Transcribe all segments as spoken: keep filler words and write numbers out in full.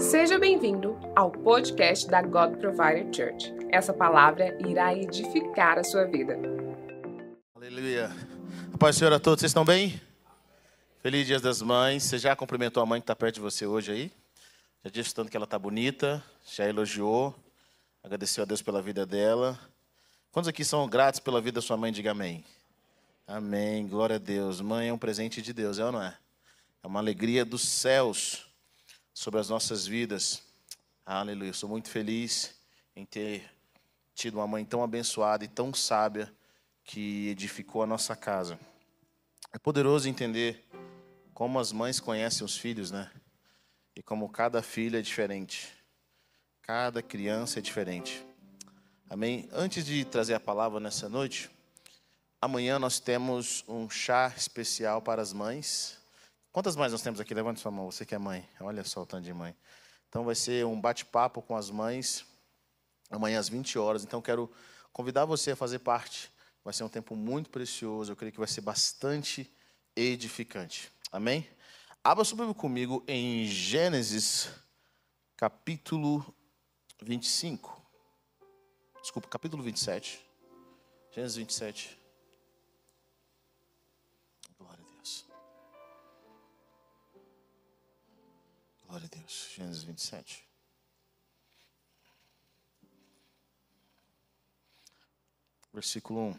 Seja bem-vindo ao podcast da God Provider Church. Essa palavra irá edificar a sua vida. Aleluia. A paz do Senhor a todos. Vocês estão bem? Feliz Dia das Mães. Você já cumprimentou a mãe que está perto de você hoje aí? Já disse tanto que ela está bonita, já elogiou, agradeceu a Deus pela vida dela. Quantos aqui são gratos pela vida da sua mãe? Diga amém. Amém. Glória a Deus. Mãe é um presente de Deus, é ou não é? É uma alegria dos céus sobre as nossas vidas. Aleluia. Eu sou muito feliz em ter tido uma mãe tão abençoada e tão sábia que edificou a nossa casa. É poderoso entender como as mães conhecem os filhos, né? E como cada filho é diferente. Cada criança é diferente. Amém? Antes de trazer a palavra nessa noite, amanhã nós temos um chá especial para as mães. Quantas mães nós temos aqui? Levante sua mão, você que é mãe. Olha só o tanto de mãe. Então vai ser um bate-papo com as mães, amanhã às vinte horas. Então quero convidar você a fazer parte. Vai ser um tempo muito precioso. Eu creio que vai ser bastante edificante. Amém? Abra sua Bíblia comigo em Gênesis, capítulo vinte e cinco. Desculpa, capítulo vinte e sete. Gênesis vinte e sete. Glória a Deus. Glória a Deus. Gênesis vinte e sete. Versículo um.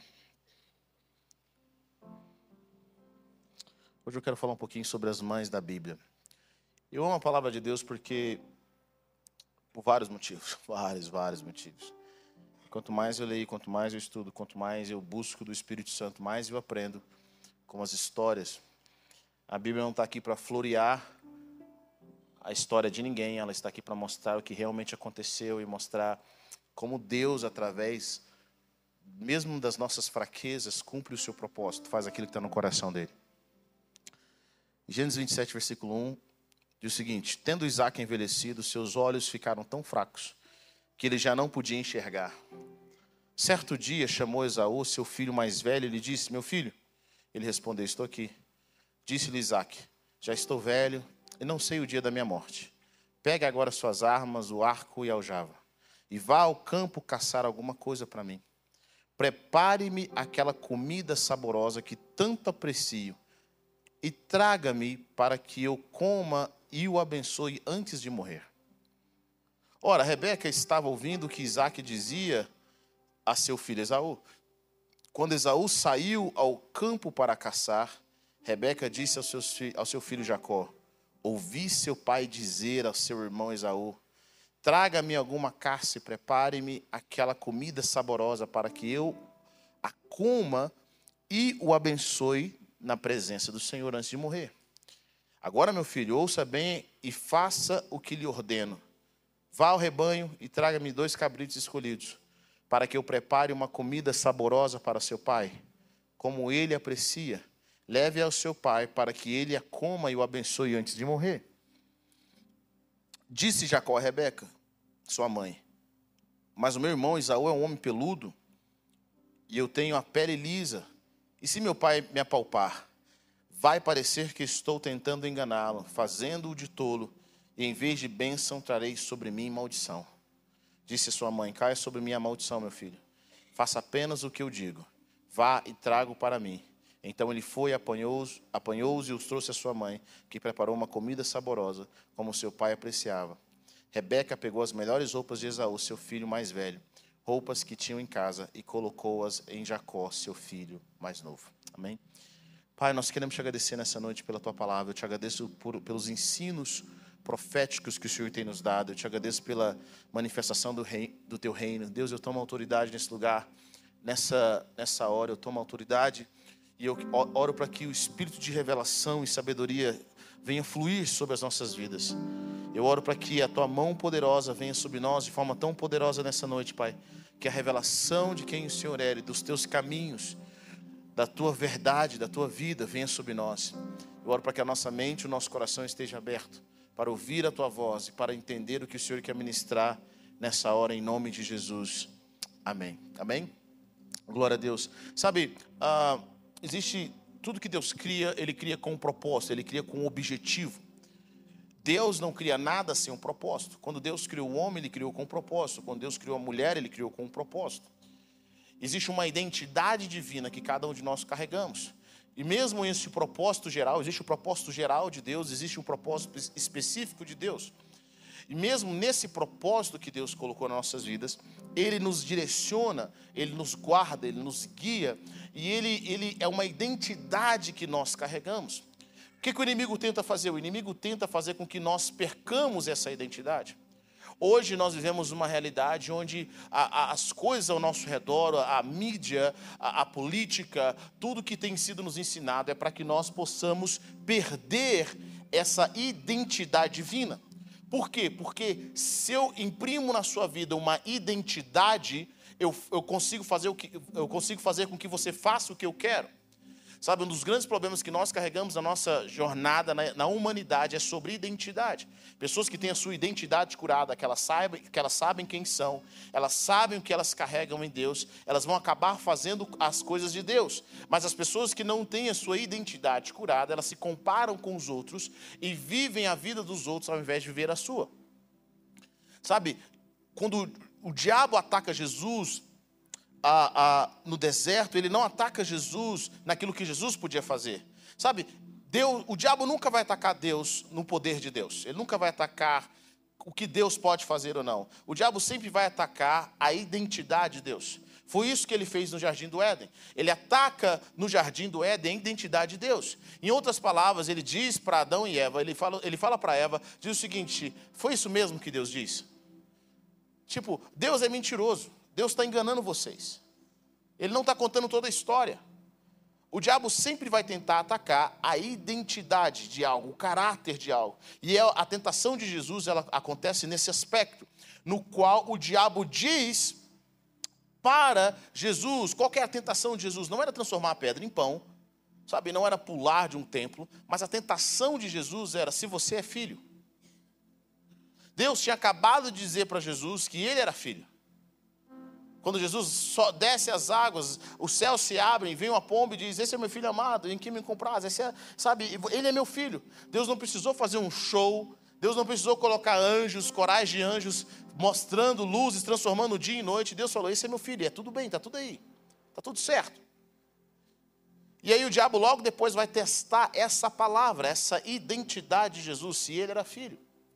Hoje eu quero falar um pouquinho sobre as mães da Bíblia. Eu amo a palavra de Deus porque, por vários motivos, vários, vários motivos. Quanto mais eu leio, quanto mais eu estudo, quanto mais eu busco do Espírito Santo, mais eu aprendo com as histórias. A Bíblia não está aqui para florear a história de ninguém, ela está aqui para mostrar o que realmente aconteceu e mostrar como Deus, através mesmo das nossas fraquezas, cumpre o seu propósito, faz aquilo que está no coração dele. Gênesis vinte e sete, versículo um, diz o seguinte: tendo Isaque envelhecido, seus olhos ficaram tão fracos que ele já não podia enxergar. Certo dia chamou Esaú, seu filho mais velho, e lhe disse: meu filho. Ele respondeu: estou aqui. Disse-lhe Isaque: já estou velho e não sei o dia da minha morte. Pegue agora suas armas, o arco e a aljava, e vá ao campo caçar alguma coisa para mim. Prepare-me aquela comida saborosa que tanto aprecio, e traga-me para que eu coma e o abençoe antes de morrer. Ora, Rebeca estava ouvindo o que Isaque dizia a seu filho Esaú. Quando Esaú saiu ao campo para caçar, Rebeca disse ao seu, ao seu filho Jacó: ouvi seu pai dizer ao seu irmão Esaú: traga-me alguma caça e prepare-me aquela comida saborosa para que eu a coma e o abençoe na presença do Senhor antes de morrer. Agora, meu filho, ouça bem e faça o que lhe ordeno. Vá ao rebanho e traga-me dois cabritos escolhidos, para que eu prepare uma comida saborosa para seu pai, como ele aprecia. Leve ao seu pai, para que ele a coma e o abençoe antes de morrer. Disse Jacó a Rebeca, sua mãe: mas o meu irmão Esaú é um homem peludo, e eu tenho a pele lisa. E se meu pai me apalpar, vai parecer que estou tentando enganá-lo, fazendo-o de tolo, e em vez de bênção trarei sobre mim maldição. Disse sua mãe: caia sobre mim a maldição, meu filho. Faça apenas o que eu digo. Vá e traga-o para mim. Então ele foi, apanhou-os, apanhou-os e os trouxe à sua mãe, que preparou uma comida saborosa, como seu pai apreciava. Rebeca pegou as melhores roupas de Esaú, seu filho mais velho, roupas que tinham em casa, e colocou-as em Jacó, seu filho mais novo. Amém? Pai, nós queremos te agradecer nessa noite pela tua palavra. Eu te agradeço por, pelos ensinos proféticos que o Senhor tem nos dado. Eu te agradeço pela manifestação do, rei, do teu reino. Deus, eu tomo autoridade nesse lugar, nessa, nessa hora. Eu tomo autoridade e eu oro para que o espírito de revelação e sabedoria venha fluir sobre as nossas vidas. Eu oro para que a tua mão poderosa venha sobre nós de forma tão poderosa nessa noite, Pai. Que a revelação de quem o Senhor é e dos teus caminhos, da tua verdade, da tua vida, venha sobre nós. Eu oro para que a nossa mente e o nosso coração esteja aberto para ouvir a tua voz e para entender o que o Senhor quer ministrar nessa hora, em nome de Jesus. Amém. Amém? Glória a Deus. Sabe, ah, existe tudo que Deus cria, Ele cria com um propósito, Ele cria com um objetivo. Deus não cria nada sem um propósito. Quando Deus criou o homem, Ele criou com um propósito. Quando Deus criou a mulher, Ele criou com um propósito. Existe uma identidade divina que cada um de nós carregamos. E mesmo esse propósito geral, existe o propósito geral de Deus, existe um propósito específico de Deus. E mesmo nesse propósito que Deus colocou nas nossas vidas, Ele nos direciona, Ele nos guarda, Ele nos guia. E Ele, ele é uma identidade que nós carregamos. O que, que o inimigo tenta fazer? O inimigo tenta fazer com que nós percamos essa identidade. Hoje nós vivemos uma realidade onde a, a, as coisas ao nosso redor, a, a mídia, a, a política, tudo que tem sido nos ensinado é para que nós possamos perder essa identidade divina. Por quê? Porque se eu imprimo na sua vida uma identidade, eu, eu, consigo fazer o que, eu consigo fazer com que você faça o que eu quero. Sabe, um dos grandes problemas que nós carregamos na nossa jornada na, na humanidade é sobre identidade. Pessoas que têm a sua identidade curada, que elas, saibam, que elas sabem quem são, elas sabem o que elas carregam em Deus, elas vão acabar fazendo as coisas de Deus. Mas as pessoas que não têm a sua identidade curada, elas se comparam com os outros e vivem a vida dos outros ao invés de viver a sua. Sabe, quando o diabo ataca Jesus A, a, no deserto, ele não ataca Jesus naquilo que Jesus podia fazer. Sabe, Deus, o diabo nunca vai atacar Deus no poder de Deus. Ele nunca vai atacar o que Deus pode fazer ou não. O diabo sempre vai atacar a identidade de Deus. Foi isso que ele fez no Jardim do Éden. Ele ataca no Jardim do Éden a identidade de Deus. Em outras palavras, ele diz para Adão e Eva, ele fala, ele fala para Eva, diz o seguinte: foi isso mesmo que Deus disse? Tipo, Deus é mentiroso. Deus está enganando vocês. Ele não está contando toda a história. O diabo sempre vai tentar atacar a identidade de algo, o caráter de algo. E a tentação de Jesus, ela acontece nesse aspecto, no qual o diabo diz para Jesus, qual que é a tentação de Jesus? Não era transformar a pedra em pão, sabe? Não era pular de um templo, mas a tentação de Jesus era: se você é filho. Deus tinha acabado de dizer para Jesus que ele era filho. Quando Jesus só desce as águas, os céus se abrem, vem uma pomba e diz: esse é meu filho amado, em quem me compraz. Esse é, sabe, ele é meu filho. Deus não precisou fazer um show, Deus não precisou colocar anjos, corais de anjos, mostrando luzes, transformando dia em noite. Deus falou: esse é meu filho, é tudo bem, está tudo aí, está tudo certo. E aí o diabo logo depois vai testar essa palavra, essa identidade de Jesus, se ele era filho.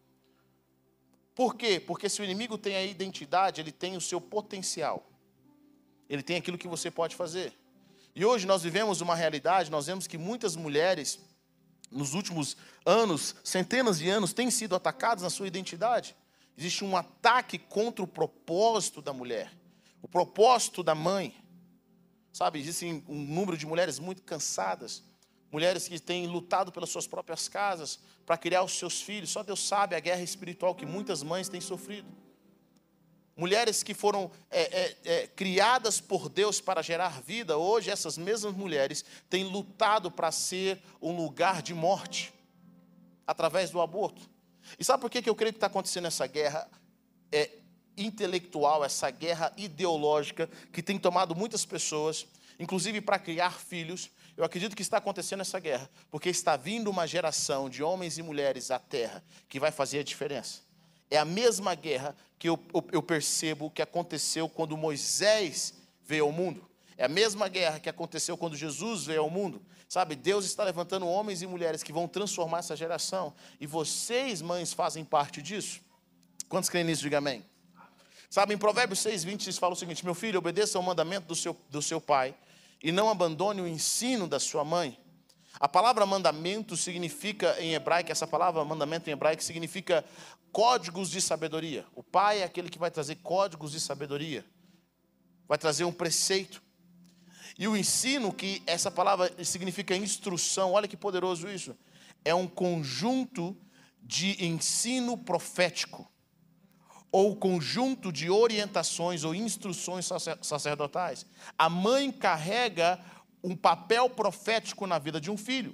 Por quê? Porque se o inimigo tem a identidade, ele tem o seu potencial. Ele tem aquilo que você pode fazer. E hoje nós vivemos uma realidade, nós vemos que muitas mulheres, nos últimos anos, centenas de anos, têm sido atacadas na sua identidade. Existe um ataque contra o propósito da mulher, o propósito da mãe. Sabe, existe um número de mulheres muito cansadas, mulheres que têm lutado pelas suas próprias casas para criar os seus filhos. Só Deus sabe a guerra espiritual que muitas mães têm sofrido. Mulheres que foram é, é, é, criadas por Deus para gerar vida. Hoje essas mesmas mulheres têm lutado para ser um lugar de morte através do aborto. E sabe por que que eu creio que está acontecendo essa guerra é, intelectual, essa guerra ideológica que tem tomado muitas pessoas, inclusive para criar filhos? Eu acredito que está acontecendo essa guerra, porque está vindo uma geração de homens e mulheres à terra que vai fazer a diferença. É a mesma guerra que eu, eu, eu percebo que aconteceu quando Moisés veio ao mundo. É a mesma guerra que aconteceu quando Jesus veio ao mundo. Sabe, Deus está levantando homens e mulheres que vão transformar essa geração. E vocês, mães, fazem parte disso. Quantos creem nisso? Diga amém. Sabe, em Provérbios seis, vinte, fala o seguinte: meu filho, obedeça ao mandamento do seu, do seu pai e não abandone o ensino da sua mãe. A palavra mandamento significa em hebraico, essa palavra mandamento em hebraico significa códigos de sabedoria. O pai é aquele que vai trazer códigos de sabedoria, vai trazer um preceito. E o ensino, que essa palavra significa instrução, olha que poderoso isso, é um conjunto de ensino profético, ou conjunto de orientações ou instruções sacerdotais. A mãe carrega um papel profético na vida de um filho.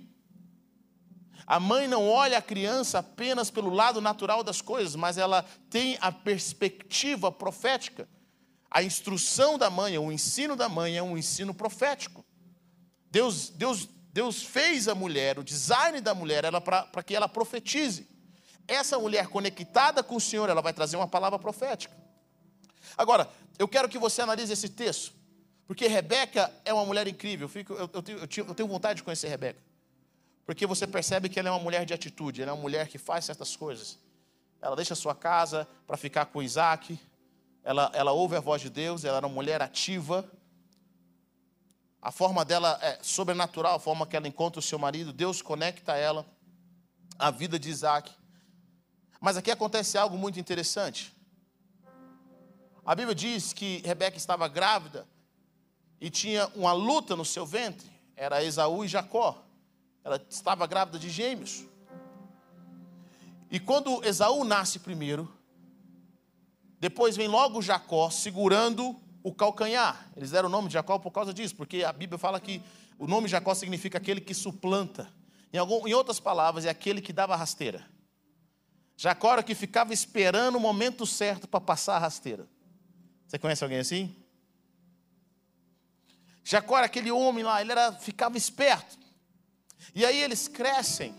A mãe não olha a criança apenas pelo lado natural das coisas, mas ela tem a perspectiva profética. A instrução da mãe, o ensino da mãe é um ensino profético. Deus, Deus, Deus fez a mulher, o design da mulher, para que ela profetize. essa mulher conectada com o Senhor, ela vai trazer uma palavra profética. Agora, eu quero que você analise esse texto, porque Rebeca é uma mulher incrível. Eu, fico, eu, eu, tenho, eu tenho vontade de conhecer Rebeca, porque você percebe que ela é uma mulher de atitude, ela é uma mulher que faz certas coisas. Ela deixa a sua casa para ficar com Isaac, ela, ela ouve a voz de Deus, ela era uma mulher ativa. A forma dela é sobrenatural, a forma que ela encontra o seu marido, Deus conecta ela à vida de Isaac. Mas aqui acontece algo muito interessante. A Bíblia diz que Rebeca estava grávida e tinha uma luta no seu ventre. Era Esaú e Jacó. Ela estava grávida de gêmeos. E quando Esaú nasce primeiro, depois vem logo Jacó segurando o calcanhar. Eles deram o nome de Jacó por causa disso, porque a Bíblia fala que o nome Jacó significa aquele que suplanta. Em, algum, em outras palavras, é aquele que dava rasteira. Jacó era que ficava esperando o momento certo para passar a rasteira. Você conhece alguém assim? Jacó era aquele homem lá, ele era, ficava esperto. E aí eles crescem.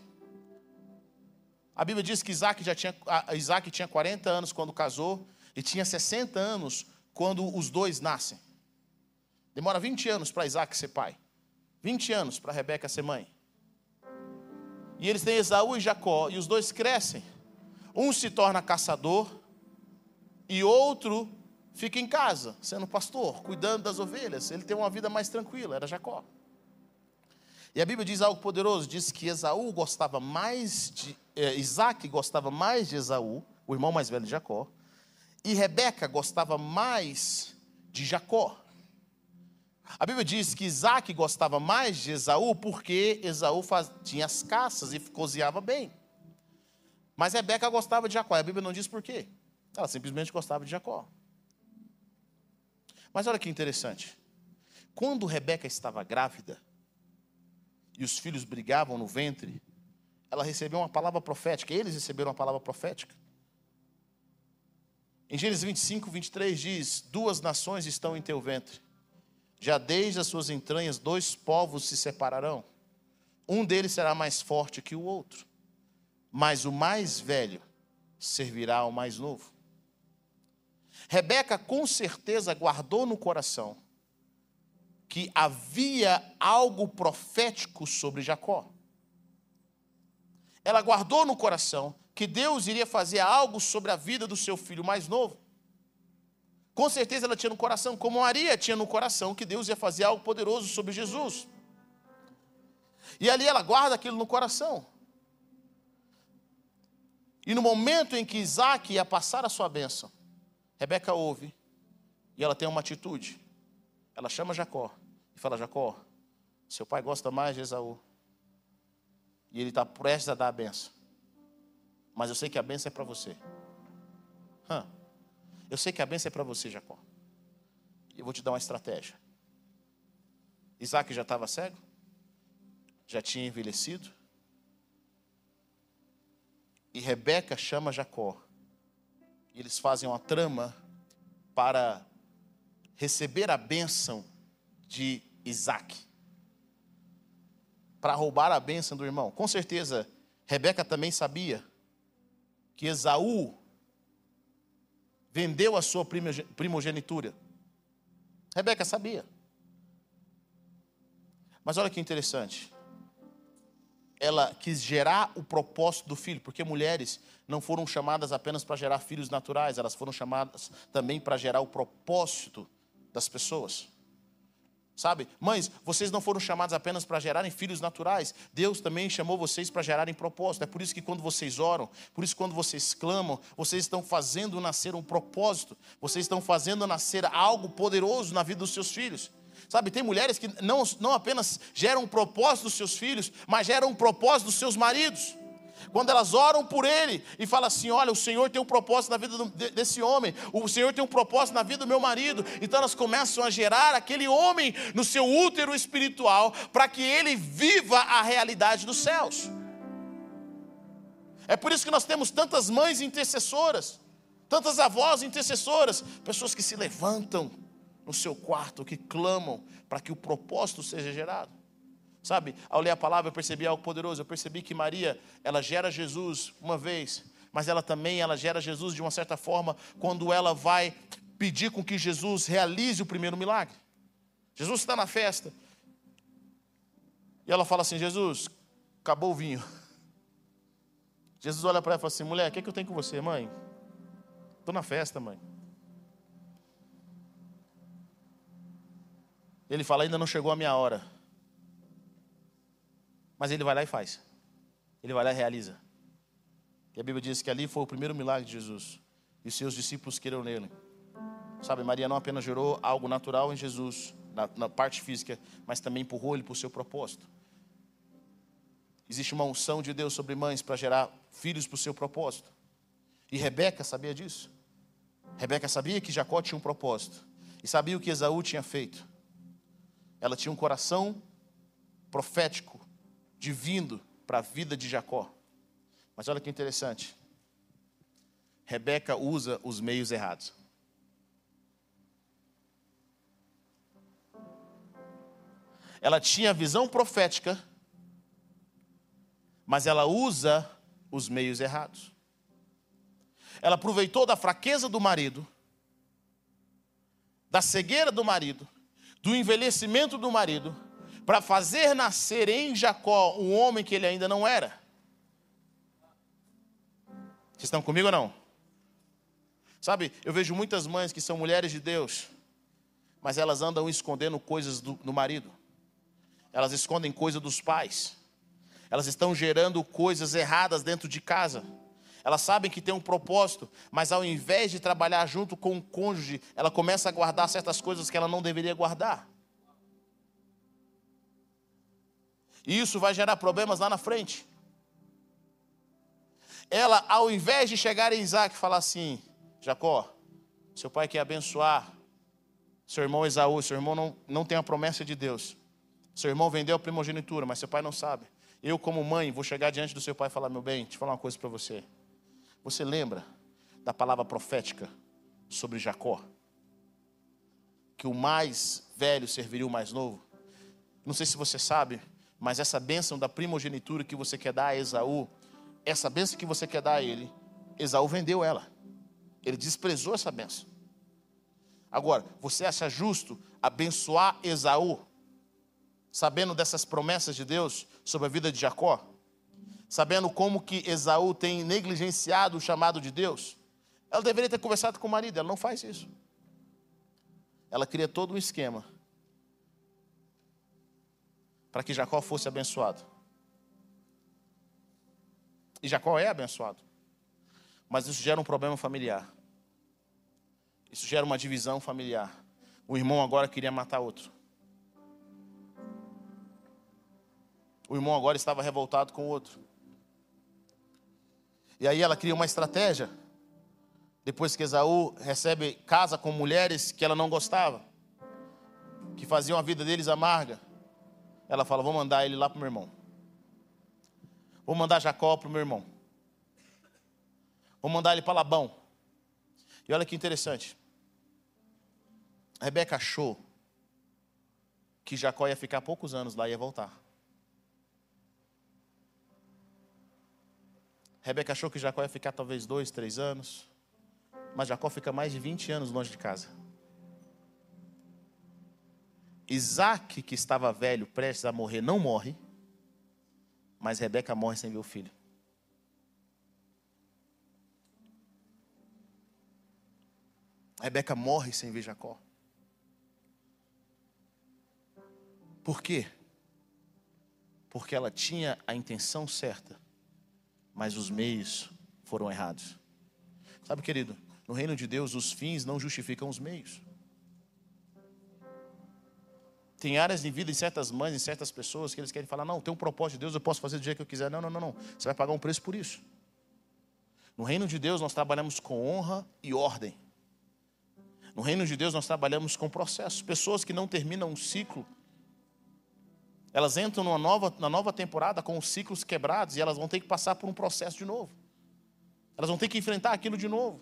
A Bíblia diz que Isaac, já tinha, Isaac tinha quarenta anos quando casou e tinha sessenta anos quando os dois nascem. Demora vinte anos para Isaac ser pai. vinte anos para Rebeca ser mãe. E eles têm Esaú e Jacó, e os dois crescem. Um se torna caçador e outro fica em casa, sendo pastor, cuidando das ovelhas. Ele tem uma vida mais tranquila, era Jacó. E a Bíblia diz algo poderoso, diz que Esaú gostava mais de... Eh, Isaac gostava mais de Esaú, o irmão mais velho de Jacó, e Rebeca gostava mais de Jacó. A Bíblia diz que Isaac gostava mais de Esaú porque Esaú faz, tinha as caças e cozinhava bem. Mas Rebeca gostava de Jacó. A Bíblia não diz por quê. Ela simplesmente gostava de Jacó. Mas olha que interessante. Quando Rebeca estava grávida e os filhos brigavam no ventre, ela recebeu uma palavra profética. Eles receberam uma palavra profética. Em Gênesis vinte e cinco, vinte e três diz: duas nações estão em teu ventre. Já desde as suas entranhas dois povos se separarão. Um deles será mais forte que o outro. Mas o mais velho servirá ao mais novo. Rebeca com certeza guardou no coração que havia algo profético sobre Jacó. Ela guardou no coração que Deus iria fazer algo sobre a vida do seu filho mais novo. Com certeza ela tinha no coração, como Maria tinha no coração, que Deus ia fazer algo poderoso sobre Jesus. E ali ela guarda aquilo no coração. E no momento em que Isaac ia passar a sua bênção, Rebeca ouve e ela tem uma atitude. Ela chama Jacó e fala: Jacó, seu pai gosta mais de Esaú. E ele está prestes a dar a bênção. Mas eu sei que a bênção é para você. Hã? Eu sei que a bênção é para você, Jacó. E eu vou te dar uma estratégia. Isaac já estava cego, já tinha envelhecido. E Rebeca chama Jacó. E eles fazem uma trama para receber a bênção de Isaac. Para roubar a bênção do irmão. Com certeza, Rebeca também sabia que Esaú vendeu a sua primogenitura. Rebeca sabia. Mas olha que interessante. Ela quis gerar o propósito do filho, porque mulheres não foram chamadas apenas para gerar filhos naturais, elas foram chamadas também para gerar o propósito das pessoas. Sabe, mães, vocês não foram chamados apenas para gerarem filhos naturais, Deus também chamou vocês para gerarem propósito. É por isso que quando vocês oram, por isso que quando vocês clamam, vocês estão fazendo nascer um propósito, vocês estão fazendo nascer algo poderoso na vida dos seus filhos. Sabe, tem mulheres que não, não apenas geram um propósito dos seus filhos, mas geram um propósito dos seus maridos. Quando elas oram por ele e falam assim: olha, o Senhor tem um propósito na vida do, desse homem, o Senhor tem um propósito na vida do meu marido. Então elas começam a gerar aquele homem no seu útero espiritual, para que ele viva a realidade dos céus. É por isso que nós temos tantas mães intercessoras, tantas avós intercessoras, pessoas que se levantam no seu quarto, que clamam para que o propósito seja gerado. Sabe, ao ler a palavra eu percebi algo poderoso. Eu percebi que Maria, ela gera Jesus uma vez, mas ela também ela gera Jesus de uma certa forma quando ela vai pedir com que Jesus realize o primeiro milagre. Jesus está na festa e ela fala assim: Jesus, acabou o vinho. Jesus olha para ela e fala assim: mulher, o que, é que eu tenho com você, mãe? Estou na festa, mãe. Ele fala: ainda não chegou a minha hora. Mas ele vai lá e faz. Ele vai lá e realiza. E a Bíblia diz que ali foi o primeiro milagre de Jesus. E os seus discípulos creram nele. Sabe, Maria não apenas gerou algo natural em Jesus, na, na parte física, mas também empurrou ele para o seu propósito. Existe uma unção de Deus sobre mães para gerar filhos para o seu propósito. E Rebeca sabia disso. Rebeca sabia que Jacó tinha um propósito. E sabia o que Esaú tinha feito. Ela tinha um coração profético, divino, para a vida de Jacó. Mas olha que interessante. Rebeca usa os meios errados. Ela tinha a visão profética, mas ela usa os meios errados. Ela aproveitou da fraqueza do marido, da cegueira do marido, do envelhecimento do marido, para fazer nascer em Jacó um homem que ele ainda não era. Vocês estão comigo ou não? Sabe, eu vejo muitas mães que são mulheres de Deus, mas elas andam escondendo coisas do, do marido. Elas escondem coisas dos pais. Elas estão gerando coisas erradas dentro de casa. Elas sabem que tem um propósito, mas ao invés de trabalhar junto com o cônjuge, ela começa a guardar certas coisas que ela não deveria guardar. E isso vai gerar problemas lá na frente. Ela, ao invés de chegar em Isaac e falar assim: Jacó, seu pai quer abençoar seu irmão Esaú, seu irmão não, não tem a promessa de Deus. Seu irmão vendeu a primogenitura, mas seu pai não sabe. Eu, como mãe, vou chegar diante do seu pai e falar: meu bem, deixa eu falar uma coisa para você. Você lembra da palavra profética sobre Jacó? Que o mais velho serviria o mais novo? Não sei se você sabe, mas essa bênção da primogenitura que você quer dar a Esaú, essa bênção que você quer dar a ele, Esaú vendeu ela. Ele desprezou essa bênção. Agora, você acha justo abençoar Esaú, sabendo dessas promessas de Deus sobre a vida de Jacó? Sabendo como que Esaú tem negligenciado o chamado de Deus? Ela deveria ter conversado com o marido, ela não faz isso. Ela cria todo um esquema para que Jacó fosse abençoado. E Jacó é abençoado. Mas isso gera um problema familiar. Isso gera uma divisão familiar. O irmão agora queria matar outro. O irmão agora estava revoltado com o outro. E aí ela cria uma estratégia. Depois que Esaú recebe, casa com mulheres que ela não gostava, que faziam a vida deles amarga, ela fala: vou mandar ele lá para o meu irmão. Vou mandar Jacó para o meu irmão. Vou mandar ele para Labão. E olha que interessante. A Rebeca achou que Jacó ia ficar poucos anos lá e ia voltar. Rebeca achou que Jacó ia ficar talvez dois, três anos. Mas Jacó fica mais de vinte anos longe de casa. Isaac, que estava velho, prestes a morrer, não morre. Mas Rebeca morre sem ver o filho. Rebeca morre sem ver Jacó. Por quê? Porque ela tinha a intenção certa, mas os meios foram errados. Sabe, querido, no reino de Deus, os fins não justificam os meios. Tem áreas de vida em certas mães, em certas pessoas, que eles querem falar: não, tem um propósito de Deus, eu posso fazer do jeito que eu quiser. Não, não, não, não. Você vai pagar um preço por isso. No reino de Deus, nós trabalhamos com honra e ordem. No reino de Deus, nós trabalhamos com processos. Pessoas que não terminam um ciclo, elas entram numa nova, na nova temporada com os ciclos quebrados e elas vão ter que passar por um processo de novo. Elas vão ter que enfrentar aquilo de novo.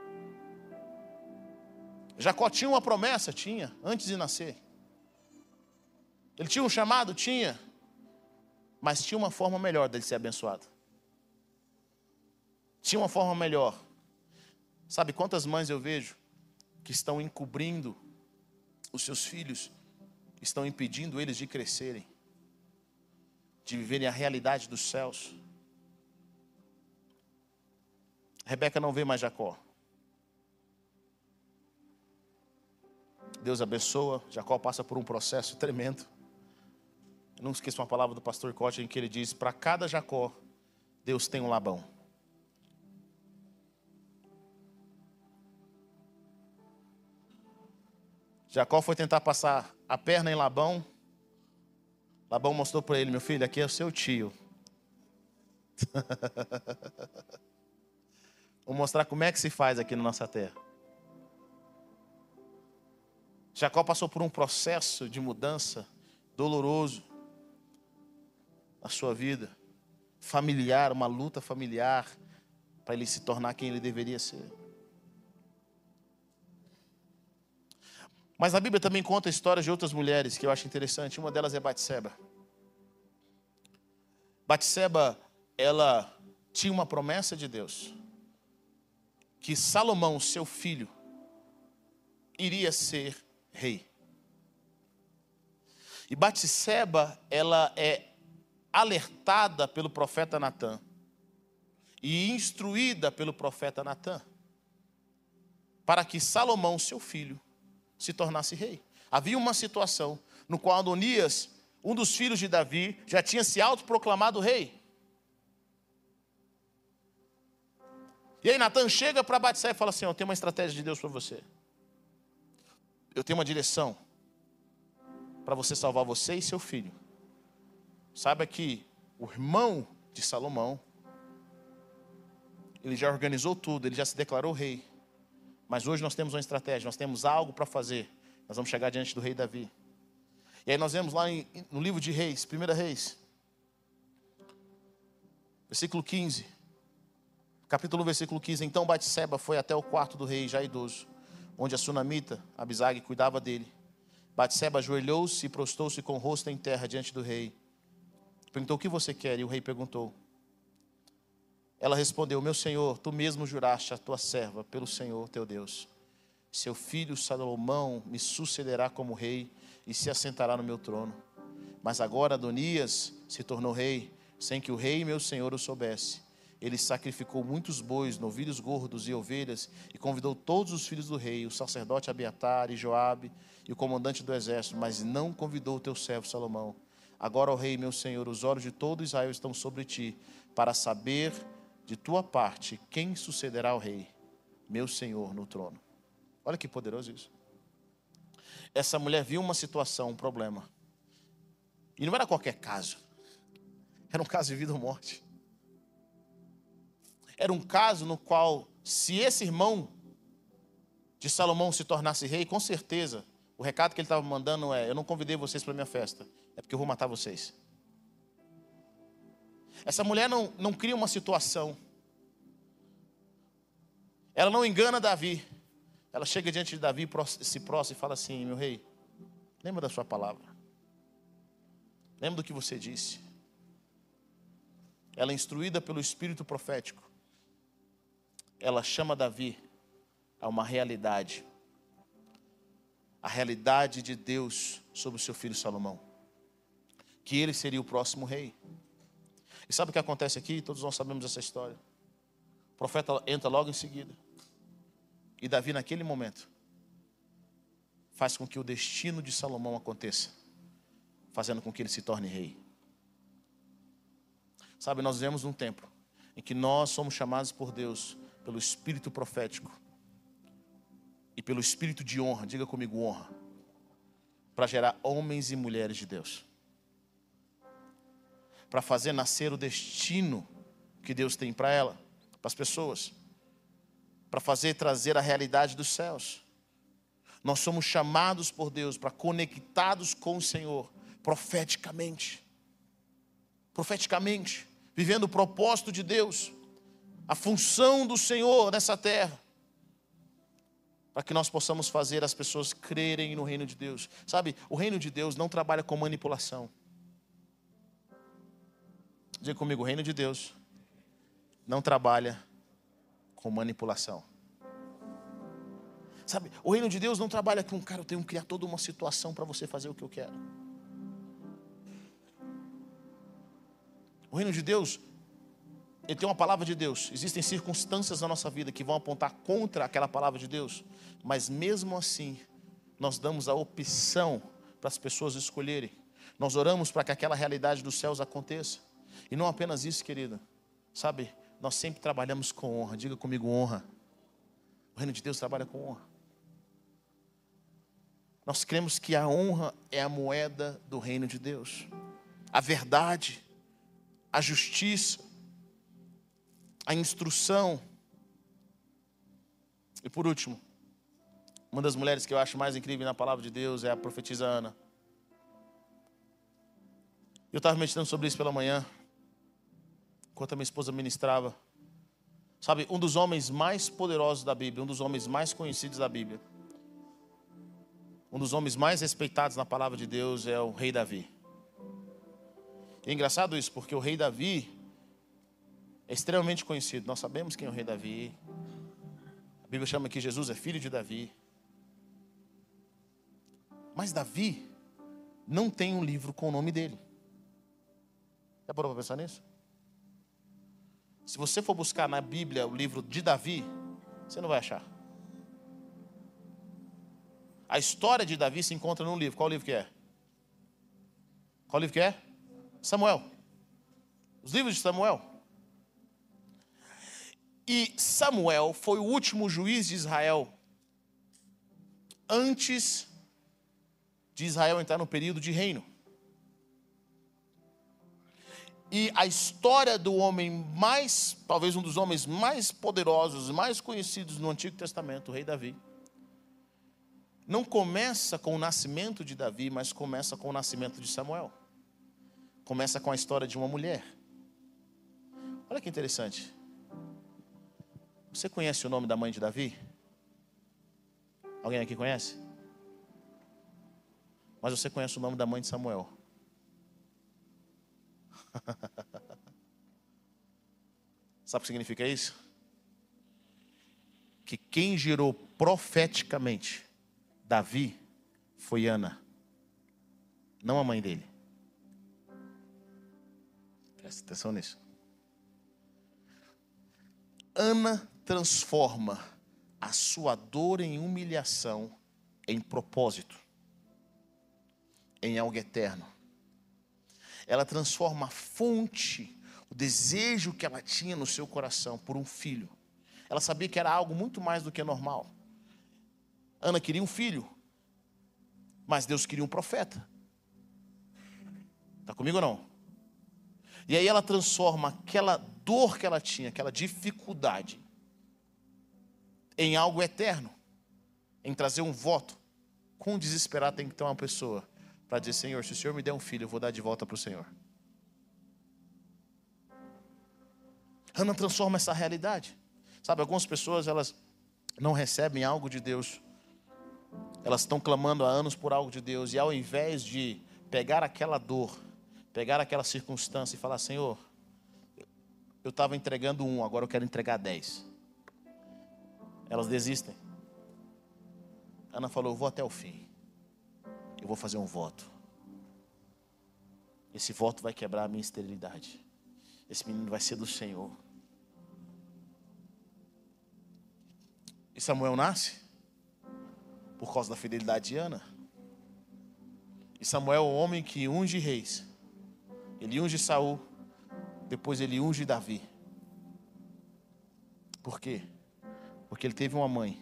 Jacó tinha uma promessa? Tinha, antes de nascer. Ele tinha um chamado? Tinha. Mas tinha uma forma melhor dele ser abençoado. tinha uma forma melhor. Sabe quantas mães eu vejo que estão encobrindo os seus filhos, estão impedindo eles de crescerem, de viverem a realidade dos céus? Rebeca não vê mais Jacó. Deus abençoa, Jacó passa por um processo tremendo. Eu não esqueço uma palavra do pastor Cote em que ele diz: para cada Jacó, Deus tem um Labão. Jacó foi tentar passar a perna em Labão. Labão mostrou para ele: meu filho, aqui é o seu tio. Vou mostrar como é que se faz aqui na nossa terra. Jacó passou por um processo de mudança doloroso na sua vida, familiar, uma luta familiar, para ele se tornar quem ele deveria ser. Mas a Bíblia também conta histórias de outras mulheres que eu acho interessante. Uma delas é Batseba. Batseba, ela tinha uma promessa de Deus, que Salomão, seu filho, iria ser rei. E Batseba, ela é alertada pelo profeta Natã e instruída pelo profeta Natã para que Salomão, seu filho, se tornasse rei. Havia uma situação no qual Adonias, um dos filhos de Davi, já tinha se autoproclamado rei. E aí Natã chega para Batseba e fala assim: eu tenho uma estratégia de Deus para você. Eu tenho uma direção para você salvar você e seu filho. Saiba que o irmão de Salomão, ele já organizou tudo, ele já se declarou rei. Mas hoje nós temos uma estratégia, nós temos algo para fazer. Nós vamos chegar diante do rei Davi. E aí nós vemos lá em, no livro de Reis, primeira Reis, versículo quinze. Capítulo um, versículo quinze. Então Batseba foi até o quarto do rei, já idoso, onde a sunamita, Abisag, cuidava dele. Batseba ajoelhou-se e prostou-se com o rosto em terra diante do rei. Perguntou: o que você quer? E o rei perguntou. Ela respondeu: meu senhor, tu mesmo juraste a tua serva pelo Senhor teu Deus: seu filho Salomão me sucederá como rei e se assentará no meu trono. Mas agora Adonias se tornou rei, sem que o rei meu senhor o soubesse. Ele sacrificou muitos bois, novilhos gordos e ovelhas, e convidou todos os filhos do rei, o sacerdote Abiatar e Joabe e o comandante do exército, mas não convidou o teu servo Salomão. Agora, ó rei meu senhor, os olhos de todo Israel estão sobre ti, para saber de tua parte quem sucederá ao rei, meu senhor, no trono. Olha que poderoso isso. Essa mulher viu uma situação, um problema. E não era qualquer caso. Era um caso de vida ou morte. Era um caso no qual, se esse irmão de Salomão se tornasse rei, com certeza, o recado que ele estava mandando é: eu não convidei vocês para a minha festa, é porque eu vou matar vocês. Essa mulher não, não cria uma situação. Ela não engana Davi. Ela chega diante de Davi, se prostra e fala assim: meu rei, lembra da sua palavra. Lembra do que você disse. Ela é instruída pelo espírito profético. Ela chama Davi a uma realidade. A realidade de Deus sobre o seu filho Salomão. Que ele seria o próximo rei. E sabe o que acontece aqui? Todos nós sabemos essa história. O profeta entra logo em seguida. E Davi, naquele momento, faz com que o destino de Salomão aconteça, fazendo com que ele se torne rei. Sabe, nós vivemos num tempo em que nós somos chamados por Deus, pelo espírito profético e pelo espírito de honra, diga comigo, honra, para gerar homens e mulheres de Deus, para fazer nascer o destino que Deus tem para ela, para as pessoas, para fazer trazer a realidade dos céus. Nós somos chamados por Deus para conectados com o Senhor, profeticamente, profeticamente, vivendo o propósito de Deus, a função do Senhor nessa terra, para que nós possamos fazer as pessoas crerem no reino de Deus. Sabe, o reino de Deus não trabalha com manipulação. Diga comigo, o reino de Deus não trabalha com manipulação. Sabe, o reino de Deus não trabalha com, cara, eu tenho que criar toda uma situação para você fazer o que eu quero. O reino de Deus, ele tem uma palavra de Deus. Existem circunstâncias na nossa vida que vão apontar contra aquela palavra de Deus. Mas mesmo assim, nós damos a opção para as pessoas escolherem. Nós oramos para que aquela realidade dos céus aconteça. E não apenas isso, querida. Sabe, nós sempre trabalhamos com honra. Diga comigo, honra. O reino de Deus trabalha com honra. Nós cremos que a honra é a moeda do reino de Deus. A verdade, a justiça, a instrução. E por último, uma das mulheres que eu acho mais incrível na palavra de Deus é a profetisa Ana. Eu estava meditando sobre isso pela manhã, enquanto a minha esposa ministrava. Sabe, um dos homens mais poderosos da Bíblia, um dos homens mais conhecidos da Bíblia, um dos homens mais respeitados na palavra de Deus é o rei Davi. E é engraçado isso, porque o rei Davi é extremamente conhecido. Nós sabemos quem é o rei Davi. A Bíblia chama que Jesus é filho de Davi. Mas Davi não tem um livro com o nome dele. Já parou para pensar nisso? Se você for buscar na Bíblia o livro de Davi, você não vai achar. A história de Davi se encontra num livro. Qual livro que é? Qual livro que é? Samuel. Os livros de Samuel. E Samuel foi o último juiz de Israel antes de Israel entrar no período de reino. E a história do homem mais, talvez um dos homens mais poderosos, mais conhecidos no Antigo Testamento, o rei Davi, não começa com o nascimento de Davi, mas começa com o nascimento de Samuel. Começa com a história de uma mulher. Olha que interessante. Você conhece o nome da mãe de Davi? Alguém aqui conhece? Mas você conhece o nome da mãe de Samuel. Sabe o que significa isso? Que quem gerou profeticamente Davi foi Ana, não a mãe dele. Presta atenção nisso. Ana transforma a sua dor em humilhação em propósito, em algo eterno. Ela transforma a fonte, o desejo que ela tinha no seu coração por um filho. Ela sabia que era algo muito mais do que normal. Ana queria um filho, mas Deus queria um profeta. Está comigo ou não? E aí ela transforma aquela dor que ela tinha, aquela dificuldade, em algo eterno, em trazer um voto. Quão desesperado tem que ter uma pessoa para dizer, Senhor, se o Senhor me der um filho, eu vou dar de volta para o Senhor. Ana transforma essa realidade. Sabe, algumas pessoas, elas não recebem algo de Deus. Elas estão clamando há anos por algo de Deus. E ao invés de pegar aquela dor, pegar aquela circunstância e falar, Senhor, eu estava entregando um, agora eu quero entregar dez. Elas desistem. Ana falou, eu vou até o fim. Eu vou fazer um voto. Esse voto vai quebrar a minha esterilidade. Esse menino vai ser do Senhor. E Samuel nasce por causa da fidelidade de Ana. E Samuel é o homem que unge reis. Ele unge Saul, depois ele unge Davi. Por quê? Porque ele teve uma mãe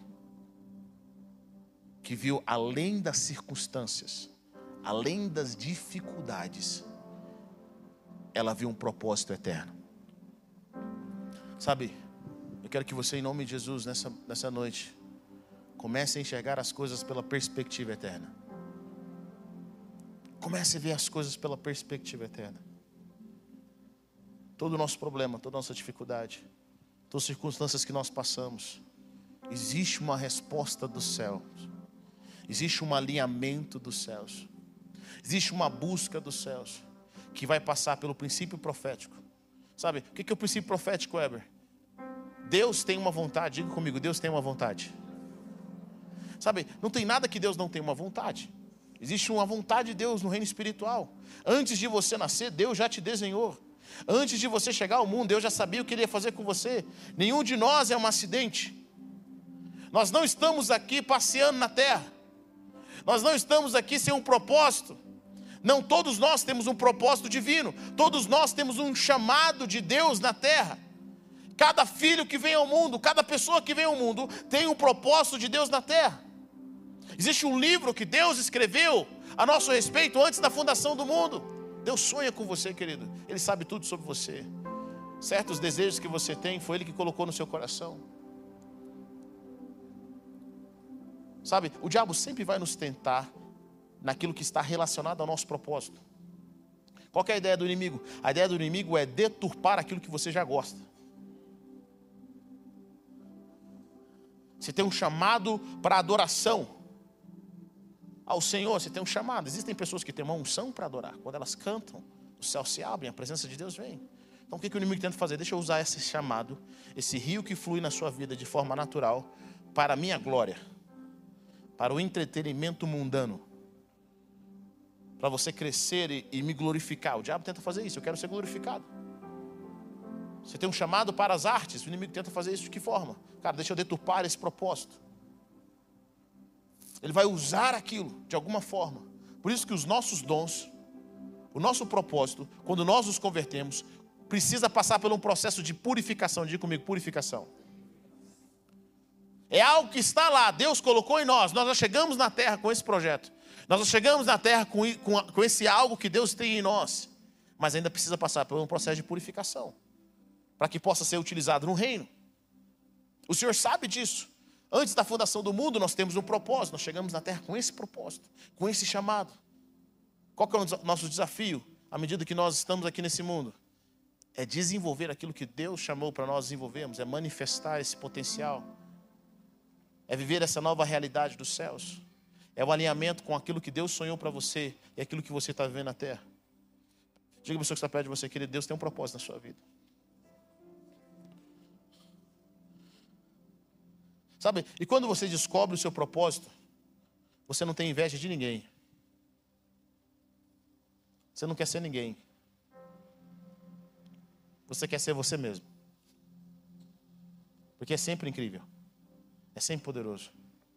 que viu além das circunstâncias, além das dificuldades, ela viu um propósito eterno. Sabe, eu quero que você, em nome de Jesus, nessa, nessa noite, comece a enxergar as coisas pela perspectiva eterna. Comece a ver as coisas pela perspectiva eterna. Todo o nosso problema, toda a nossa dificuldade, todas as circunstâncias que nós passamos, existe uma resposta dos céus. Existe um alinhamento dos céus. Existe uma busca dos céus, que vai passar pelo princípio profético. Sabe, o que é o princípio profético, Weber? Deus tem uma vontade. Diga comigo, Deus tem uma vontade. Sabe, não tem nada que Deus não tenha uma vontade. Existe uma vontade de Deus no reino espiritual. Antes de você nascer, Deus já te desenhou. Antes de você chegar ao mundo, Deus já sabia o que Ele ia fazer com você. Nenhum de nós é um acidente. Nós não estamos aqui passeando na terra. Nós não estamos aqui sem um propósito. Não, todos nós temos um propósito divino. Todos nós temos um chamado de Deus na terra. Cada filho que vem ao mundo, cada pessoa que vem ao mundo, tem um propósito de Deus na terra. Existe um livro que Deus escreveu a nosso respeito antes da fundação do mundo. Deus sonha com você, querido. Ele sabe tudo sobre você. Certos desejos que você tem, foi Ele que colocou no seu coração. Sabe, o diabo sempre vai nos tentar naquilo que está relacionado ao nosso propósito. Qual que é a ideia do inimigo? A ideia do inimigo é deturpar aquilo que você já gosta. Você tem um chamado para adoração ao Senhor, você tem um chamado. Existem pessoas que têm uma unção para adorar. Quando elas cantam, os céus se abrem, a presença de Deus vem. Então o que, que o inimigo tenta fazer? Deixa eu usar esse chamado, esse rio que flui na sua vida de forma natural, para a minha glória, para o entretenimento mundano, para você crescer e, e me glorificar. O diabo tenta fazer isso, eu quero ser glorificado. Você tem um chamado para as artes, o inimigo tenta fazer isso de que forma? Cara, deixa eu deturpar esse propósito. Ele vai usar aquilo de alguma forma. Por isso que os nossos dons, o nosso propósito, quando nós nos convertemos, precisa passar por um processo de purificação. Diga comigo, purificação. É algo que está lá, Deus colocou em nós. Nós já chegamos na terra com esse projeto. Nós já chegamos na terra com, com, com esse algo que Deus tem em nós. Mas ainda precisa passar por um processo de purificação, para que possa ser utilizado no reino. O Senhor sabe disso. Antes da fundação do mundo, nós temos um propósito. Nós chegamos na terra com esse propósito, com esse chamado. Qual que é o nosso desafio, à medida que nós estamos aqui nesse mundo? É desenvolver aquilo que Deus chamou para nós desenvolvermos. É manifestar esse potencial. É viver essa nova realidade dos céus. É o alinhamento com aquilo que Deus sonhou para você e aquilo que você está vivendo na terra. Diga para a pessoa que está perto de você, querido, Deus tem um propósito na sua vida. Sabe? E quando você descobre o seu propósito, você não tem inveja de ninguém. Você não quer ser ninguém. Você quer ser você mesmo. Porque é sempre incrível. É sempre poderoso.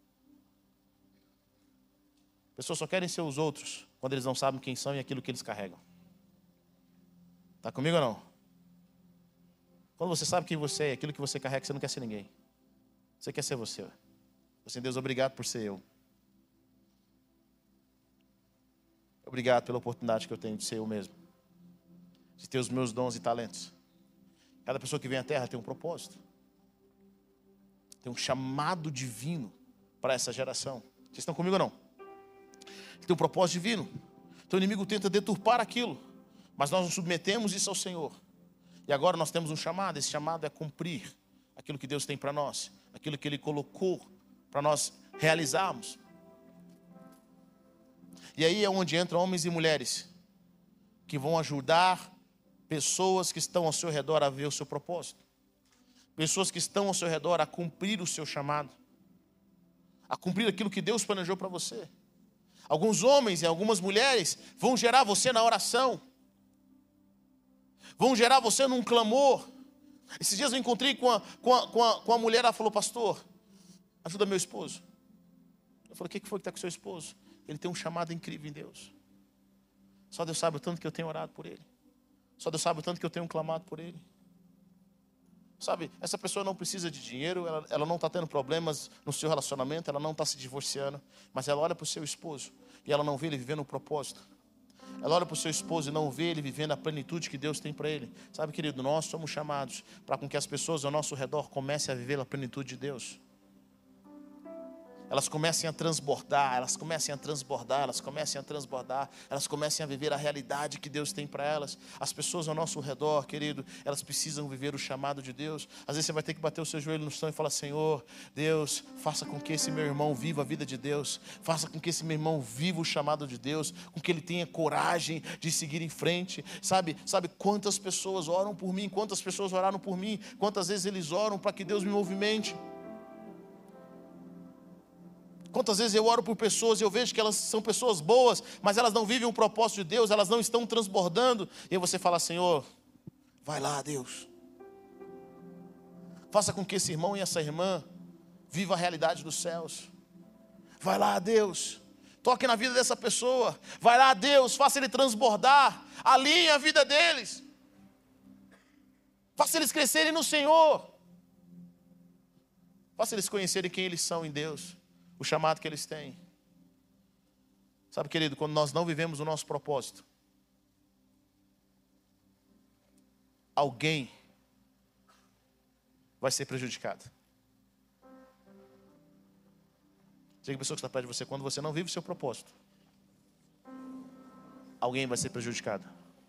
Pessoas só querem ser os outros quando eles não sabem quem são e aquilo que eles carregam. Está comigo ou não? Quando você sabe quem você é e aquilo que você carrega, você não quer ser ninguém. Você quer ser você. Assim, Deus, obrigado por ser eu. Obrigado pela oportunidade que eu tenho de ser eu mesmo. De ter os meus dons e talentos. Cada pessoa que vem à terra tem um propósito. Tem um chamado divino para essa geração. Vocês estão comigo ou não? Tem um propósito divino. Então o inimigo tenta deturpar aquilo. Mas nós nos submetemos isso ao Senhor. E agora nós temos um chamado. Esse chamado é cumprir aquilo que Deus tem para nós. Aquilo que Ele colocou para nós realizarmos. E aí é onde entram homens e mulheres que vão ajudar pessoas que estão ao seu redor a ver o seu propósito. Pessoas que estão ao seu redor a cumprir o seu chamado. A cumprir aquilo que Deus planejou para você. Alguns homens e algumas mulheres vão gerar você na oração. Vão gerar você num clamor. Esses dias eu encontrei com a, com a, com a, com a mulher, ela falou, pastor, ajuda meu esposo. Eu falei, o que foi que está com seu esposo? Ele tem um chamado incrível em Deus. Só Deus sabe o tanto que eu tenho orado por ele. Só Deus sabe o tanto que eu tenho clamado por ele. Sabe, essa pessoa não precisa de dinheiro, ela, ela não está tendo problemas no seu relacionamento, ela não está se divorciando, mas ela olha para o seu esposo e ela não vê ele vivendo um propósito. Ela olha para o seu esposo e não vê ele vivendo a plenitude que Deus tem para ele. Sabe, querido, nós somos chamados para com que as pessoas ao nosso redor comecem a viver a plenitude de Deus. elas comecem a transbordar, elas comecem a transbordar, elas comecem a transbordar, elas comecem a viver a realidade que Deus tem para elas. As pessoas ao nosso redor, querido, elas precisam viver o chamado de Deus. Às vezes você vai ter que bater o seu joelho no chão e falar: Senhor, Deus, faça com que esse meu irmão viva a vida de Deus, faça com que esse meu irmão viva o chamado de Deus, com que ele tenha coragem de seguir em frente. Sabe, sabe quantas pessoas oram por mim, quantas pessoas oraram por mim, quantas vezes eles oram para que Deus me movimente. Quantas vezes eu oro por pessoas e eu vejo que elas são pessoas boas, mas elas não vivem o propósito de Deus, elas não estão transbordando. E aí você fala: Senhor, vai lá, Deus. Faça com que esse irmão e essa irmã viva a realidade dos céus. Vai lá, Deus. Toque na vida dessa pessoa. Vai lá, Deus, faça ele transbordar. Alinhe a vida deles. Faça eles crescerem no Senhor. Faça eles conhecerem quem eles são em Deus, o chamado que eles têm. Sabe, querido, quando nós não vivemos o nosso propósito, alguém vai ser prejudicado. Diga a pessoa que está perto de você: quando você não vive o seu propósito, alguém vai ser prejudicado.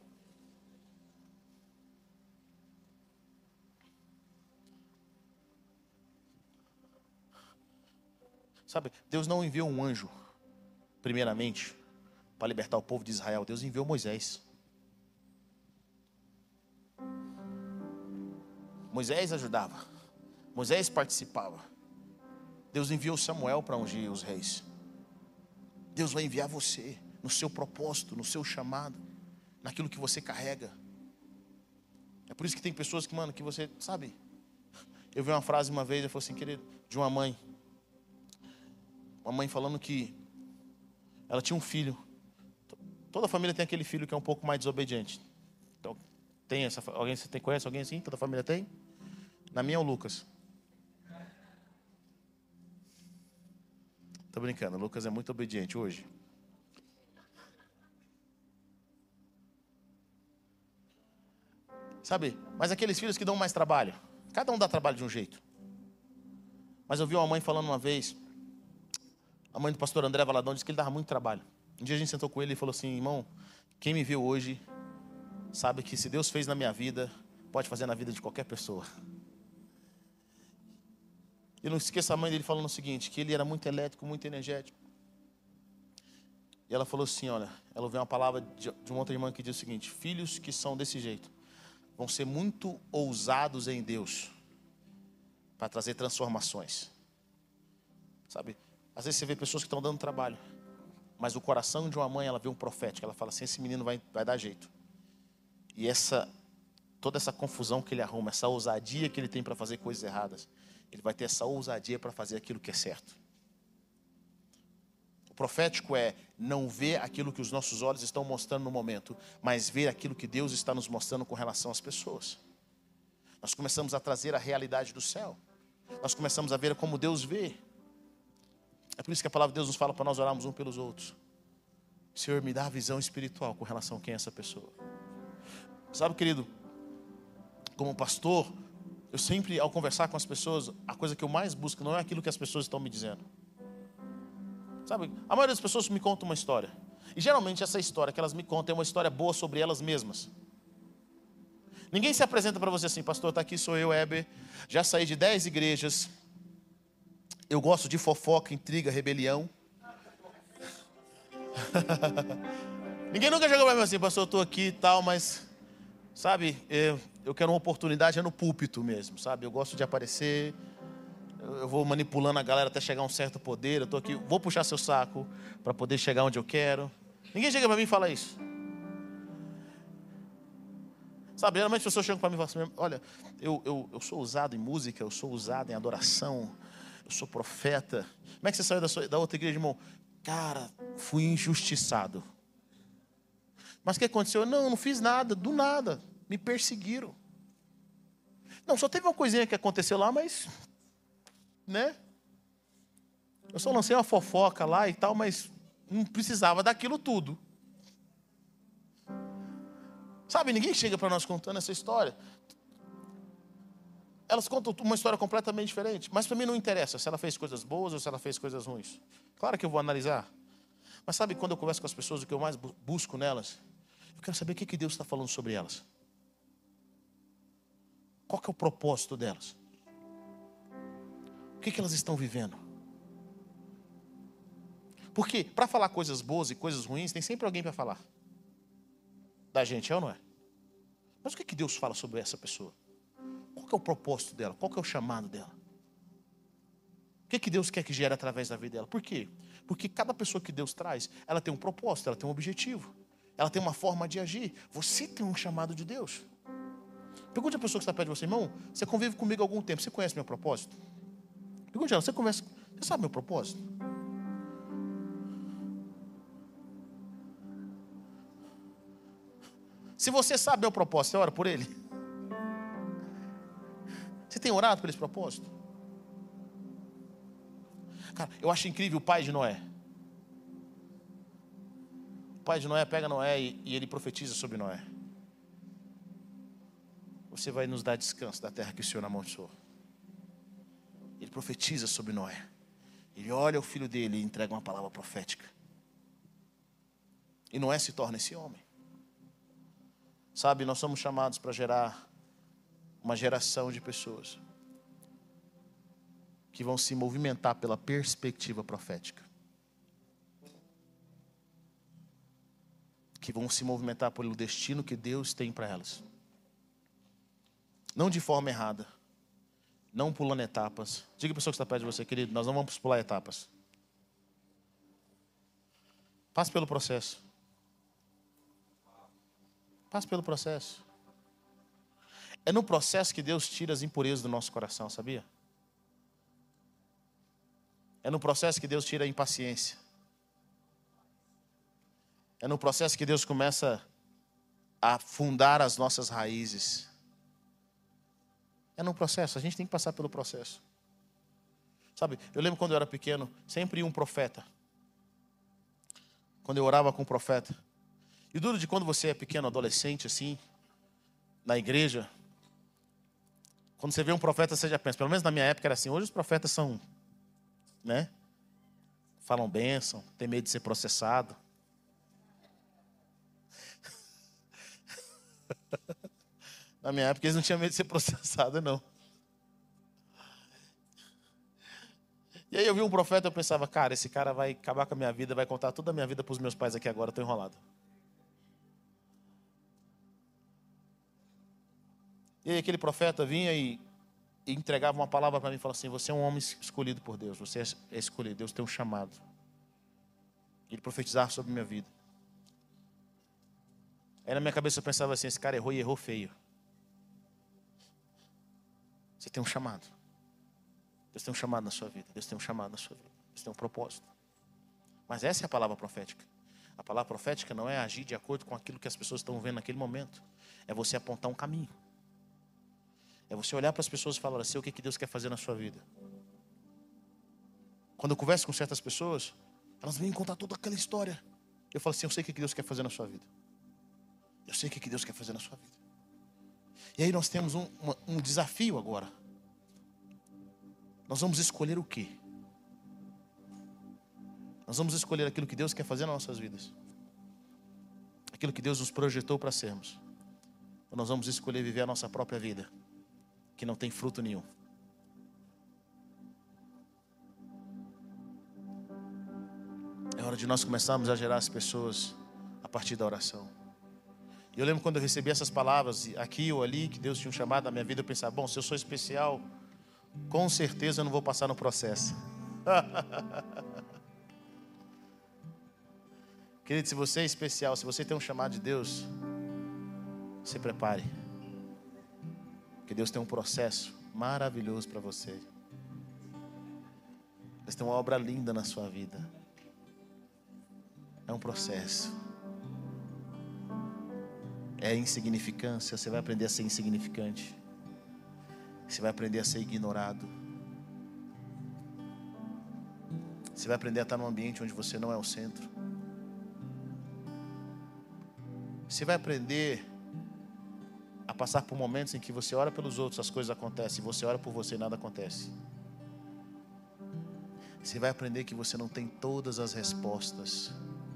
Sabe, Deus não enviou um anjo, primeiramente, para libertar o povo de Israel. Deus enviou Moisés. Moisés ajudava, Moisés participava. Deus enviou Samuel para ungir os reis. Deus vai enviar você no seu propósito, no seu chamado, naquilo que você carrega. É por isso que tem pessoas que, mano, que você, sabe, eu vi uma frase uma vez, eu falei assim, querido, de uma mãe. Uma mãe falando que ela tinha um filho. Toda família tem aquele filho que é um pouco mais desobediente. Então, tem essa, alguém, você tem, conhece alguém assim? Toda família tem? Na minha é o Lucas. Tô brincando, o Lucas é muito obediente hoje. Sabe, mas aqueles filhos que dão mais trabalho. Cada um dá trabalho de um jeito. Mas eu vi uma mãe falando uma vez, a mãe do pastor André Valadão disse que ele dava muito trabalho. Um dia a gente sentou com ele e falou assim: irmão, quem me viu hoje sabe que se Deus fez na minha vida, pode fazer na vida de qualquer pessoa. E não esqueça a mãe dele falando o seguinte, que ele era muito elétrico, muito energético. E ela falou assim, olha, ela ouviu uma palavra de uma outra irmã que diz o seguinte: filhos que são desse jeito vão ser muito ousados em Deus para trazer transformações. Sabe, às vezes você vê pessoas que estão dando trabalho, mas o coração de uma mãe, ela vê um profético, ela fala assim: esse menino vai, vai dar jeito. E essa, toda essa confusão que ele arruma, essa ousadia que ele tem para fazer coisas erradas, ele vai ter essa ousadia para fazer aquilo que é certo. O profético é não ver aquilo que os nossos olhos estão mostrando no momento, mas ver aquilo que Deus está nos mostrando com relação às pessoas. Nós começamos a trazer a realidade do céu. Nós começamos a ver como Deus vê. É por isso que a palavra de Deus nos fala para nós orarmos uns pelos outros. Senhor, me dá a visão espiritual com relação a quem é essa pessoa. Sabe, querido, como pastor, eu sempre, ao conversar com as pessoas, a coisa que eu mais busco não é aquilo que as pessoas estão me dizendo. Sabe, a maioria das pessoas me conta uma história. E geralmente essa história que elas me contam é uma história boa sobre elas mesmas. Ninguém se apresenta para você assim: pastor, está aqui, sou eu, Heber. Já saí de dez igrejas. Eu gosto de fofoca, intriga, rebelião. Ninguém nunca chegou para mim assim: pastor, eu estou aqui e tal, mas... Sabe, eu, eu quero uma oportunidade é no púlpito mesmo, sabe? Eu gosto de aparecer, eu, eu vou manipulando a galera até chegar a um certo poder. Eu estou aqui, vou puxar seu saco para poder chegar onde eu quero. Ninguém chega para mim e fala isso. Sabe, geralmente as pessoas chegam para mim e falam assim: olha, eu, eu, eu sou usado em música, eu sou usado em adoração, eu sou profeta. Como é que você saiu da, sua, da outra igreja, irmão? Cara, fui injustiçado. Mas o que aconteceu? Não, não fiz nada, do nada. Me perseguiram. Não, só teve uma coisinha que aconteceu lá, mas... né? Eu só lancei uma fofoca lá e tal, mas não precisava daquilo tudo. Sabe, ninguém chega para nós contando essa história. elas contam uma história completamente diferente. Mas para mim não interessa se ela fez coisas boas ou se ela fez coisas ruins. Claro que eu vou analisar. Mas sabe quando eu converso com as pessoas, o que eu mais busco nelas? Eu quero saber o que Deus está falando sobre elas. Qual que é o propósito delas? O que, que elas estão vivendo? Porque para falar coisas boas e coisas ruins, tem sempre alguém para falar. Da gente, é ou não é? Mas o que, que Deus fala sobre essa pessoa? Qual que é o propósito dela? Qual que é o chamado dela? O que, que Deus quer que gere através da vida dela? Por quê? Porque cada pessoa que Deus traz, ela tem um propósito, ela tem um objetivo. Ela tem uma forma de agir. Você tem um chamado de Deus. Pergunte a pessoa que está perto de você, irmão, você convive comigo há algum tempo, você conhece meu propósito? Pergunte a ela, você, conhece, você sabe meu propósito? Se você sabe meu propósito, você ora por ele? Você tem orado por esse propósito? Cara, eu acho incrível o pai de Noé. O pai de Noé pega Noé e, e ele profetiza sobre Noé. Você vai nos dar descanso da terra que o Senhor amaldiçoou. Ele profetiza sobre Noé. Ele olha o filho dele e entrega uma palavra profética. E Noé se torna esse homem. Sabe, nós somos chamados para gerar uma geração de pessoas que vão se movimentar pela perspectiva profética. Que vão se movimentar pelo destino que Deus tem para elas. Não de forma errada. Não pulando etapas. Diga a pessoa que está perto de você, querido, nós não vamos pular etapas. Passe pelo processo. Passe pelo processo. É no processo que Deus tira as impurezas do nosso coração, sabia? É no processo que Deus tira a impaciência. É no processo que Deus começa a fundar as nossas raízes. É no processo, a gente tem que passar pelo processo. Sabe, eu lembro quando eu era pequeno, sempre ia um profeta. Quando eu orava com o profeta. E duro de quando você é pequeno, adolescente, assim, na igreja, quando você vê um profeta, você já pensa, pelo menos na minha época era assim, hoje os profetas são, né, falam bênção, tem medo de ser processado. Na minha época eles não tinham medo de ser processados, não. E aí eu vi um profeta e eu pensava, cara, esse cara vai acabar com a minha vida, vai contar toda a minha vida para os meus pais aqui agora, estou enrolado. E aí aquele profeta vinha e, e entregava uma palavra para mim e falava assim, você é um homem escolhido por Deus, você é escolhido, Deus tem um chamado. Ele profetizava sobre a minha vida. Aí na minha cabeça eu pensava assim, esse cara errou e errou feio. Você tem um chamado. Deus tem um chamado na sua vida. Deus tem um chamado na sua vida. Deus tem um propósito. Mas essa é a palavra profética. A palavra profética não é agir de acordo com aquilo que as pessoas estão vendo naquele momento. É você apontar um caminho. É você olhar para as pessoas e falar assim, o que que Deus quer fazer na sua vida. Quando eu converso com certas pessoas, elas vêm contar toda aquela história. Eu falo assim, eu sei o que que Deus quer fazer na sua vida. Eu sei o que que Deus quer fazer na sua vida. E aí nós temos um, uma, um desafio agora. Nós vamos escolher o quê? Nós vamos escolher aquilo que Deus quer fazer nas nossas vidas. Aquilo que Deus nos projetou para sermos. Ou nós vamos escolher viver a nossa própria vida, que não tem fruto nenhum. É hora de nós começarmos a gerar as pessoas a partir da oração. E eu lembro quando eu recebi essas palavras, aqui ou ali, que Deus tinha um chamado na minha vida, eu pensava, bom, se eu sou especial, com certeza eu não vou passar no processo. Querido, se você é especial, se você tem um chamado de Deus, se prepare. Porque Deus tem um processo maravilhoso para você. Deus tem uma obra linda na sua vida. É um processo. É insignificância, você vai aprender a ser insignificante. Você vai aprender a ser ignorado. Você vai aprender a estar num ambiente onde você não é o centro. Você vai aprender a passar por momentos em que você ora pelos outros, as coisas acontecem, e você ora por você e nada acontece. Você vai aprender que você não tem todas as respostas,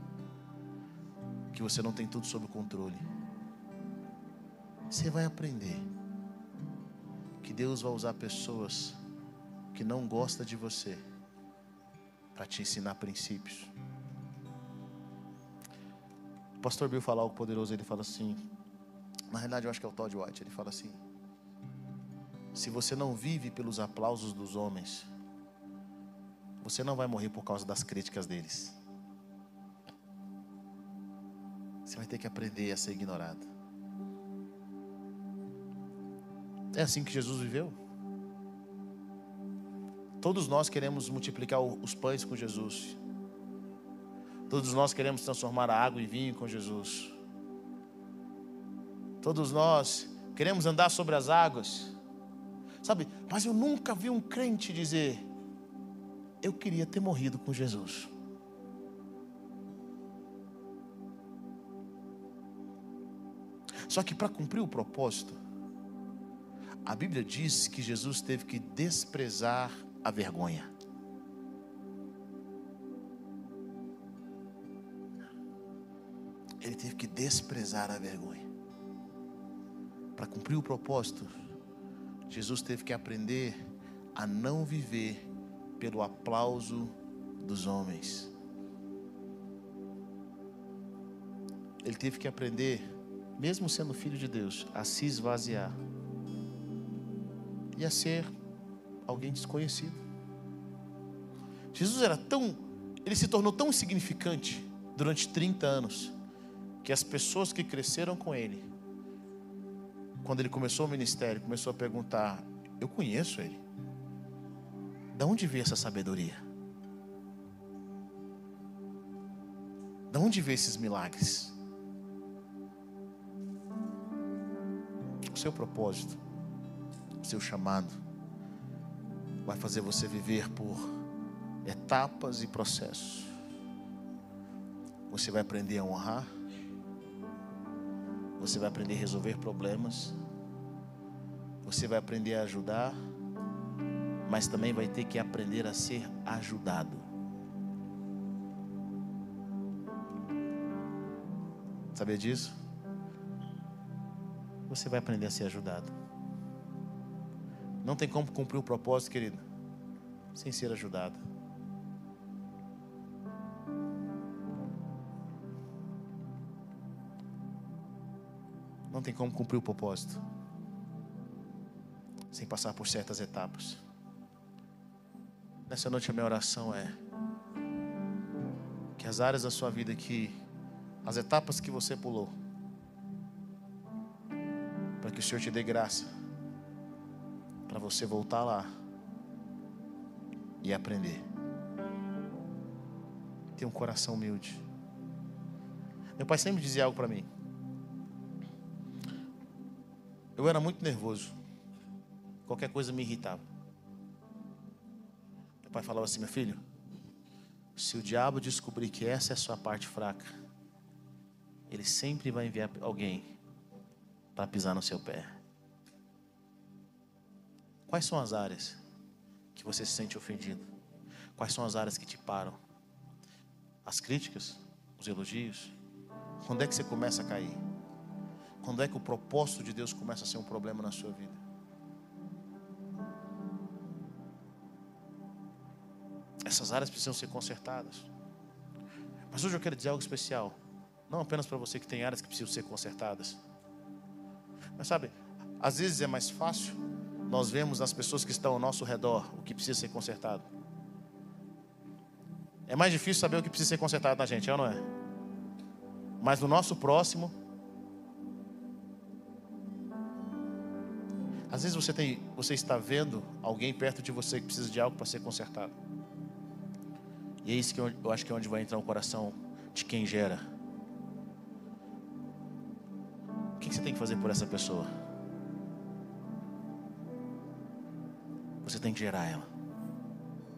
que você não tem tudo sob controle. Você vai aprender que Deus vai usar pessoas que não gostam de você para te ensinar princípios. O pastor Bill fala algo poderoso, ele fala assim, na realidade eu acho que é o Todd White, ele fala assim: se você não vive pelos aplausos dos homens, você não vai morrer por causa das críticas deles. Você vai ter que aprender a ser ignorado. É assim que Jesus viveu. Todos nós queremos multiplicar os pães com Jesus. Todos nós queremos transformar a água em vinho com Jesus. Todos nós queremos andar sobre as águas. Sabe, mas eu nunca vi um crente dizer: eu queria ter morrido com Jesus. Só que para cumprir o propósito, a Bíblia diz que Jesus teve que desprezar a vergonha. Ele teve que desprezar a vergonha. Para cumprir o propósito, Jesus teve que aprender a não viver pelo aplauso dos homens. Ele teve que aprender, mesmo sendo filho de Deus, a se esvaziar e a ser alguém desconhecido. Jesus era tão, ele se tornou tão insignificante durante trinta anos, que as pessoas que cresceram com ele, quando ele começou o ministério, começou a perguntar: eu conheço ele, de onde veio essa sabedoria? De onde veio esses milagres? O seu propósito, o seu chamado, vai fazer você viver por etapas e processos. Você vai aprender a honrar. Você vai aprender a resolver problemas. Você vai aprender a ajudar. Mas também vai ter que aprender a ser ajudado. Sabia disso? Você vai aprender a ser ajudado. Não tem como cumprir o propósito, querido, sem ser ajudado. Não tem como cumprir o propósito sem passar por certas etapas. Nessa noite a minha oração é que as áreas da sua vida que, as etapas que você pulou, para que o Senhor te dê graça, para você voltar lá e aprender. Ter um coração humilde. Meu pai sempre dizia algo para mim. Eu era muito nervoso. Qualquer coisa me irritava. Meu pai falava assim: meu filho, se o diabo descobrir que essa é a sua parte fraca, ele sempre vai enviar alguém para pisar no seu pé. Quais são as áreas que você se sente ofendido? Quais são as áreas que te param? As críticas? Os elogios? Quando é que você começa a cair? Quando é que o propósito de Deus começa a ser um problema na sua vida? Essas áreas precisam ser consertadas. Mas hoje eu quero dizer algo especial. Não apenas para você que tem áreas que precisam ser consertadas. Mas sabe, às vezes é mais fácil nós vemos nas pessoas que estão ao nosso redor o que precisa ser consertado. É mais difícil saber o que precisa ser consertado na gente, é ou não é? Mas no nosso próximo, às vezes você, tem, você está vendo alguém perto de você que precisa de algo para ser consertado. E é isso que eu, eu acho que é onde vai entrar o coração de quem gera. O que você tem que fazer por essa pessoa? Você tem que gerar ela.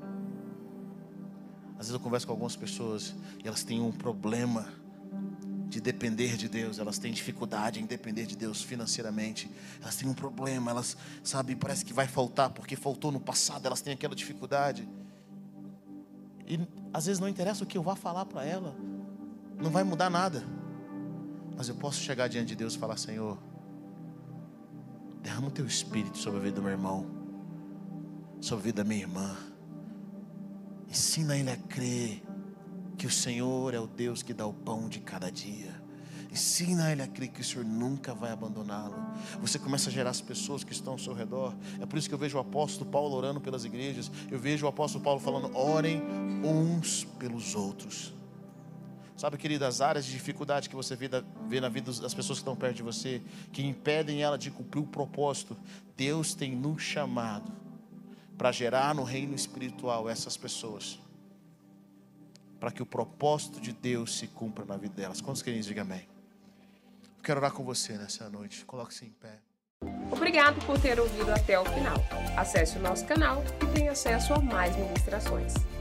Às vezes eu converso com algumas pessoas e elas têm um problema de depender de Deus, elas têm dificuldade em depender de Deus financeiramente, elas têm um problema, elas, sabe, parece que vai faltar, porque faltou no passado, elas têm aquela dificuldade, e às vezes não interessa o que eu vá falar para ela, não vai mudar nada, mas eu posso chegar diante de Deus e falar: Senhor, derrama o teu espírito sobre a vida do meu irmão, sobre a vida da minha irmã, ensina ele a crer que o Senhor é o Deus que dá o pão de cada dia. Ensina ele a crer que o Senhor nunca vai abandoná-lo. Você começa a gerar as pessoas que estão ao seu redor. É por isso que eu vejo o apóstolo Paulo orando pelas igrejas. Eu vejo o apóstolo Paulo falando: orem uns pelos outros. Sabe, querido, as áreas de dificuldade que você vê, da, vê na vida das pessoas que estão perto de você, que impedem ela de cumprir o propósito, Deus tem nos chamado para gerar no reino espiritual essas pessoas, para que o propósito de Deus se cumpra na vida delas. Quantos querem dizer amém? Eu quero orar com você nessa noite. Coloque-se em pé. Obrigado por ter ouvido até o final. Acesse o nosso canal e tenha acesso a mais ministrações.